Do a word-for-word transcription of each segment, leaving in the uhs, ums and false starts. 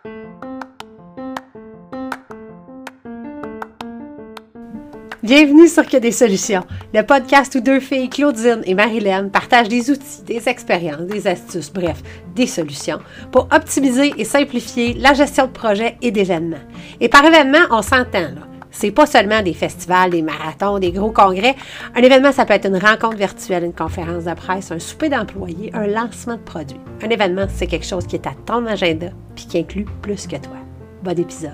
Bienvenue sur Que des solutions, le podcast où deux filles, Claudine et Marilyn, partagent des outils, des expériences, des astuces, bref, des solutions pour optimiser et simplifier la gestion de projets et d'événements. Et par événement, on s'entend là. C'est pas seulement des festivals, des marathons, des gros congrès. Un événement, ça peut être une rencontre virtuelle, une conférence de presse, un souper d'employés, un lancement de produits. Un événement, c'est quelque chose qui est à ton agenda puis qui inclut plus que toi. Bon épisode.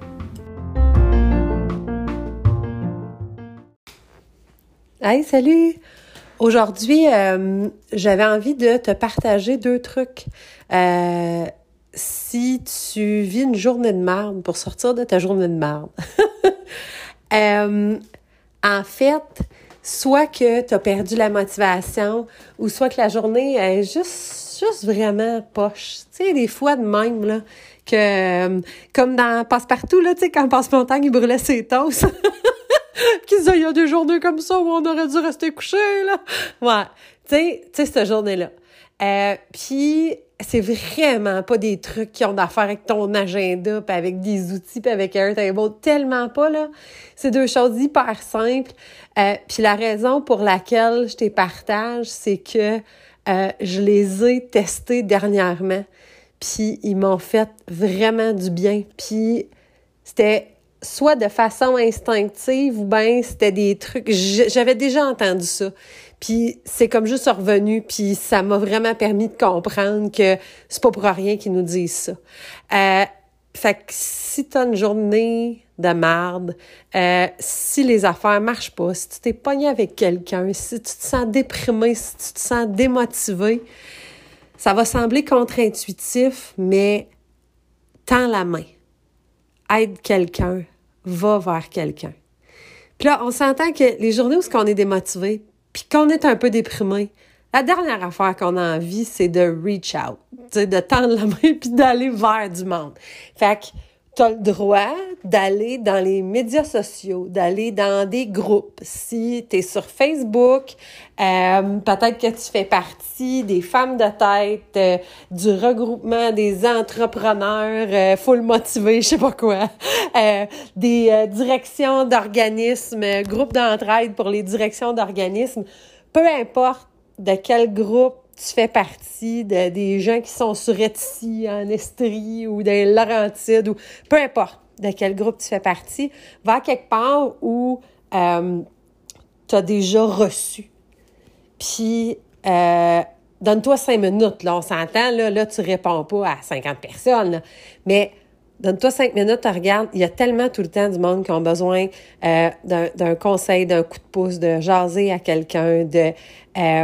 Hey, salut! Aujourd'hui, euh, j'avais envie de te partager deux trucs. Euh, si tu vis une journée de marde, pour sortir de ta journée de marde. euh, en fait, soit que tu as perdu la motivation ou soit que la journée est juste, juste vraiment poche. Tu sais, des fois de même, là, que comme dans Passe-Partout, là, tu sais, quand Passe-Montagne, il brûlait ses toasts. Qui disait, il y a des journées comme ça où on aurait dû rester couché, là. Ouais. Tu sais, tu sais, cette journée-là. Euh, puis, c'est vraiment pas des trucs qui ont d'affaires avec ton agenda, puis avec des outils, puis avec Airtable. Tellement pas, là. C'est deux choses hyper simples. Euh, puis la raison pour laquelle je te partage, c'est que euh, je les ai testés dernièrement. Puis, ils m'ont fait vraiment du bien. Puis, c'était soit de façon instinctive ou bien c'était des trucs... J'avais déjà entendu ça. Puis c'est comme juste revenu, puis ça m'a vraiment permis de comprendre que c'est pas pour rien qu'ils nous disent ça. Euh, fait que si t'as une journée de marde, euh, si les affaires marchent pas, si tu t'es pogné avec quelqu'un, si tu te sens déprimé, si tu te sens démotivé, ça va sembler contre-intuitif, mais tends la main. Aide quelqu'un, va vers quelqu'un. Puis là, on s'entend que les journées où on est démotivé, puis qu'on est un peu déprimé, la dernière affaire qu'on a envie, c'est de reach out, de tendre la main puis d'aller vers du monde. Fait que tu as le droit d'aller dans les médias sociaux, d'aller dans des groupes. Si tu es sur Facebook, euh, peut-être que tu fais partie des femmes de tête, euh, du regroupement des entrepreneurs euh, full motivés, je sais pas quoi, euh, des euh, directions d'organismes, euh, groupes d'entraide pour les directions d'organismes. Peu importe de quel groupe tu fais partie, de, des gens qui sont sur Etsy, en Estrie ou dans les Laurentides, ou peu importe de quel groupe tu fais partie, va quelque part où euh, tu as déjà reçu. Puis, euh, donne-toi cinq minutes, là, on s'entend, là, là, tu réponds pas à cinquante personnes, là, mais donne-toi cinq minutes, regarde, il y a tellement tout le temps du monde qui ont besoin euh, d'un, d'un conseil, d'un coup de pouce, de jaser à quelqu'un, de... Euh,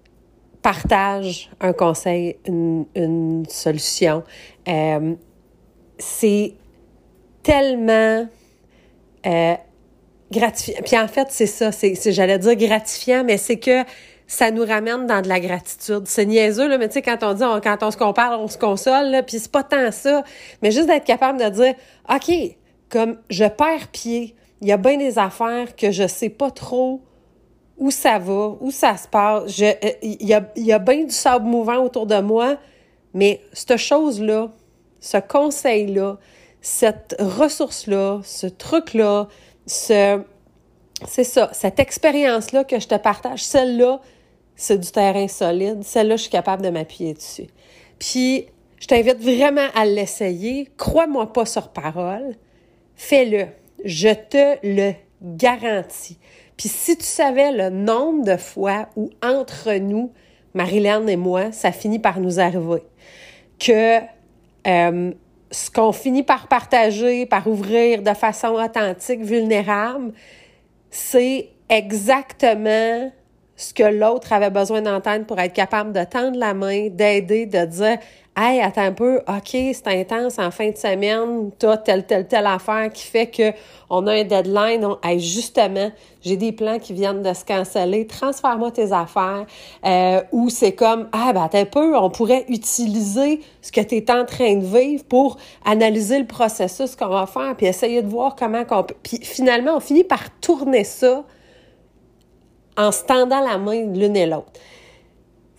partage un conseil, une, une solution. Euh, c'est tellement euh, gratifiant. Puis en fait, c'est ça, c'est, c'est, j'allais dire gratifiant, mais c'est que ça nous ramène dans de la gratitude. C'est niaiseux, là, mais tu sais, quand on dit, on, quand on se compare, on se console, là, puis c'est pas tant ça, mais juste d'être capable de dire, OK, comme je perds pied, il y a bien des affaires que je sais pas trop où ça va, où ça se passe. Je, il y a, il y a bien du sable mouvant autour de moi, mais cette chose-là, ce conseil-là, cette ressource-là, ce truc-là, ce, c'est ça, cette expérience-là que je te partage, celle-là, c'est du terrain solide. Celle-là, je suis capable de m'appuyer dessus. Puis, je t'invite vraiment à l'essayer. Crois-moi pas sur parole. Fais-le. Je te le garantis. Puis si tu savais le nombre de fois où entre nous, Marilyn et moi, ça finit par nous arriver, que euh, ce qu'on finit par partager, par ouvrir de façon authentique, vulnérable, c'est exactement ce que l'autre avait besoin d'entendre pour être capable de tendre la main, d'aider, de dire « Hey, attends un peu, OK, c'est intense, en fin de semaine, t'as telle, telle, telle affaire qui fait qu'on a un deadline. On, hey, justement, j'ai des plans qui viennent de se canceller, transfère-moi tes affaires. Euh, » Ou c'est comme « Ah, ben attends un peu, on pourrait utiliser ce que tu es en train de vivre pour analyser le processus qu'on va faire, puis essayer de voir comment qu'on peut... » Puis finalement, on finit par tourner ça en se tendant la main l'une et l'autre.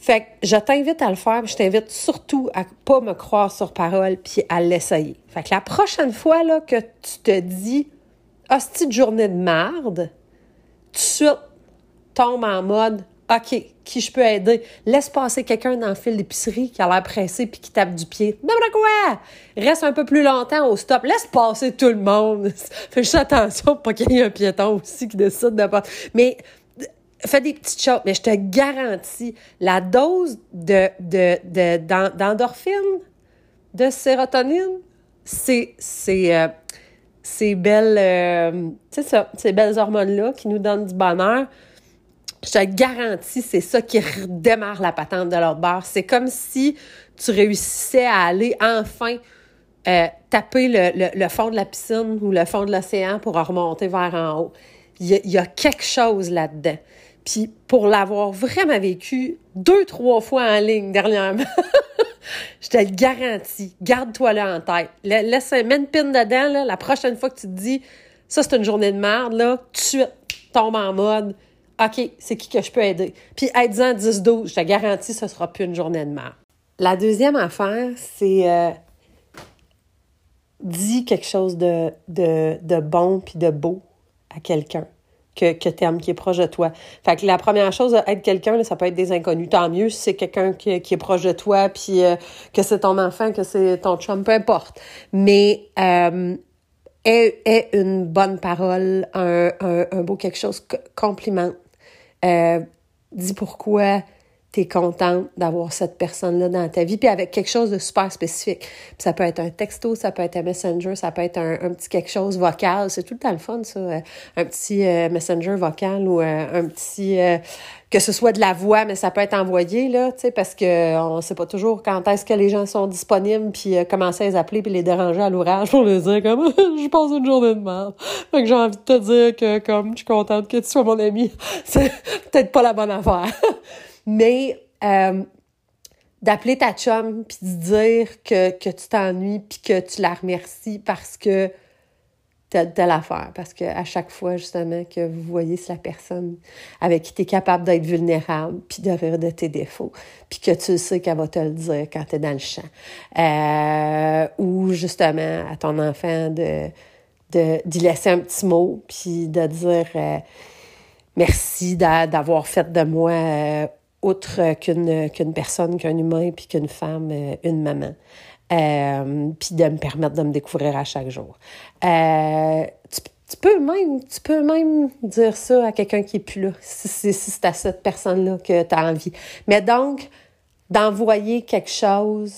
Fait que je t'invite à le faire, je t'invite surtout à pas me croire sur parole puis à l'essayer. Fait que la prochaine fois là, que tu te dis « hostie de journée de merde », tout de suite, tombe en mode « OK, qui je peux aider? » Laisse passer quelqu'un dans le fil d'épicerie qui a l'air pressé puis qui tape du pied. « N'importe quoi! » Reste un peu plus longtemps au stop. Laisse passer tout le monde. Fais juste attention pour pas qu'il y ait un piéton aussi qui décide de pas... Mais fais des petites choses. Mais je te garantis, la dose de, de, de, d'endorphine, de sérotonine, c'est... c'est euh, ces belles, euh, c'est ça, ces belles hormones-là qui nous donnent du bonheur, je te garantis, c'est ça qui redémarre la patente de l'autre bord. C'est comme si tu réussissais à aller enfin euh, taper le, le, le fond de la piscine ou le fond de l'océan pour remonter vers en haut. Il y a, il y a quelque chose là-dedans. Puis pour l'avoir vraiment vécu deux, trois fois en ligne dernièrement, je te le garantis, garde-toi là en tête. Laisse, mets une pine dedans, là, la prochaine fois que tu te dis « ça, c'est une journée de merde », là, tout de suite, tombe en mode « OK, c'est qui que je peux aider? » Puis aide-en dix douze, je te garantis, ce sera plus une journée de merde. La deuxième affaire, c'est euh, dis quelque chose de, de, de bon puis de beau à quelqu'un que, que tu aimes, qui est proche de toi. Fait que la première chose, être quelqu'un, là, ça peut être des inconnus. Tant mieux si c'est quelqu'un qui, qui est proche de toi, puis euh, que c'est ton enfant, que c'est ton chum, peu importe. Mais euh, aie, aie une bonne parole, un, un, un beau quelque chose, complimente. Euh, dis pourquoi t'es contente d'avoir cette personne-là dans ta vie, puis avec quelque chose de super spécifique. Puis ça peut être un texto, ça peut être un messenger, ça peut être un, un petit quelque chose vocal. C'est tout le temps le fun, ça. Un petit euh, messenger vocal ou euh, un petit... Euh, que ce soit de la voix, mais ça peut être envoyé, là, tu sais, parce que on sait pas toujours quand est-ce que les gens sont disponibles, puis euh, commencer à les appeler puis les déranger à l'ouvrage pour leur dire comme « je passe une journée de merde ». Fait que j'ai envie de te dire que comme je suis contente que tu sois mon ami, c'est peut-être pas la bonne affaire. Mais euh, d'appeler ta chum puis de dire que, que tu t'ennuies puis que tu la remercies parce que t'as de l'affaire. Parce qu'à chaque fois, justement, que vous voyez c'est la personne avec qui tu es capable d'être vulnérable puis de rire de tes défauts puis que tu sais qu'elle va te le dire quand tu es dans le champ. Euh, ou justement, à ton enfant, de, de, d'y laisser un petit mot puis de dire euh, merci d'a, d'avoir fait de moi... Euh, outre qu'une, qu'une personne, qu'un humain, puis qu'une femme, euh, une maman. Euh, puis de me permettre de me découvrir à chaque jour. Euh, tu, tu, peux même, tu peux même dire ça à quelqu'un qui n'est plus là, si, si, si c'est à cette personne-là que tu as envie. Mais donc, d'envoyer quelque chose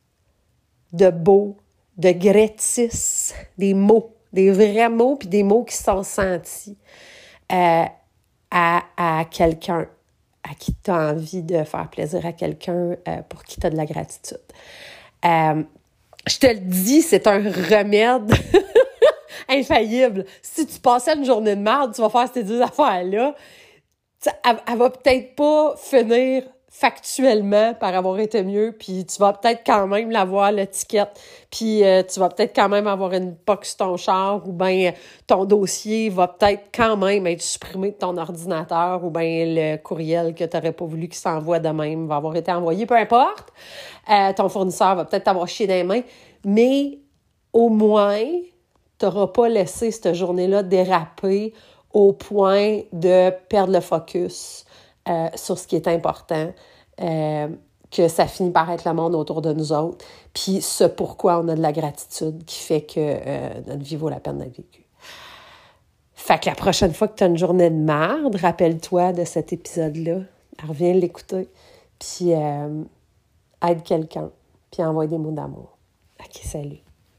de beau, de gratis, des mots, des vrais mots, puis des mots qui sont sentis euh, à, à quelqu'un, à qui tu as envie de faire plaisir à quelqu'un, euh, pour qui tu as de la gratitude. Euh, je te le dis, c'est un remède infaillible. Si tu passais une journée de merde, tu vas faire ces deux affaires-là. Elle, elle va peut-être pas finir factuellement par avoir été mieux, puis tu vas peut-être quand même l'avoir l'étiquette, puis euh, tu vas peut-être quand même avoir une poque sur ton char, ou bien ton dossier va peut-être quand même être supprimé de ton ordinateur, ou bien le courriel que tu n'aurais pas voulu qu'il s'envoie de même va avoir été envoyé, peu importe. Euh, ton fournisseur va peut-être t'avoir chié dans les mains, mais au moins, tu n'auras pas laissé cette journée-là déraper au point de perdre le focus Euh, sur ce qui est important, euh, que ça finit par être le monde autour de nous autres, puis ce pourquoi on a de la gratitude qui fait que euh, notre vie vaut la peine d'être vécue. Fait que la prochaine fois que tu as une journée de merde, rappelle-toi de cet épisode-là, reviens l'écouter, puis euh, aide quelqu'un, puis envoie des mots d'amour. OK, salut.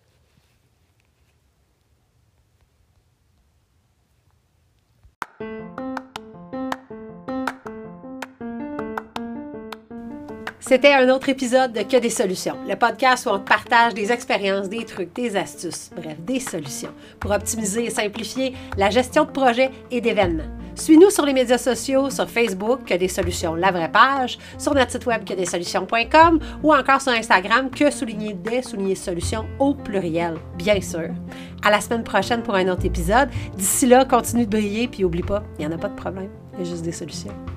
C'était un autre épisode de Que des solutions, le podcast où on te partage des expériences, des trucs, des astuces, bref, des solutions pour optimiser et simplifier la gestion de projets et d'événements. Suis-nous sur les médias sociaux, sur Facebook, Que des solutions, la vraie page, sur notre site web que des solutions point com ou encore sur Instagram, que souligner des souligner solutions au pluriel, bien sûr. À la semaine prochaine pour un autre épisode. D'ici là, continue de briller puis oublie pas, il n'y en a pas de problème, il y a juste des solutions.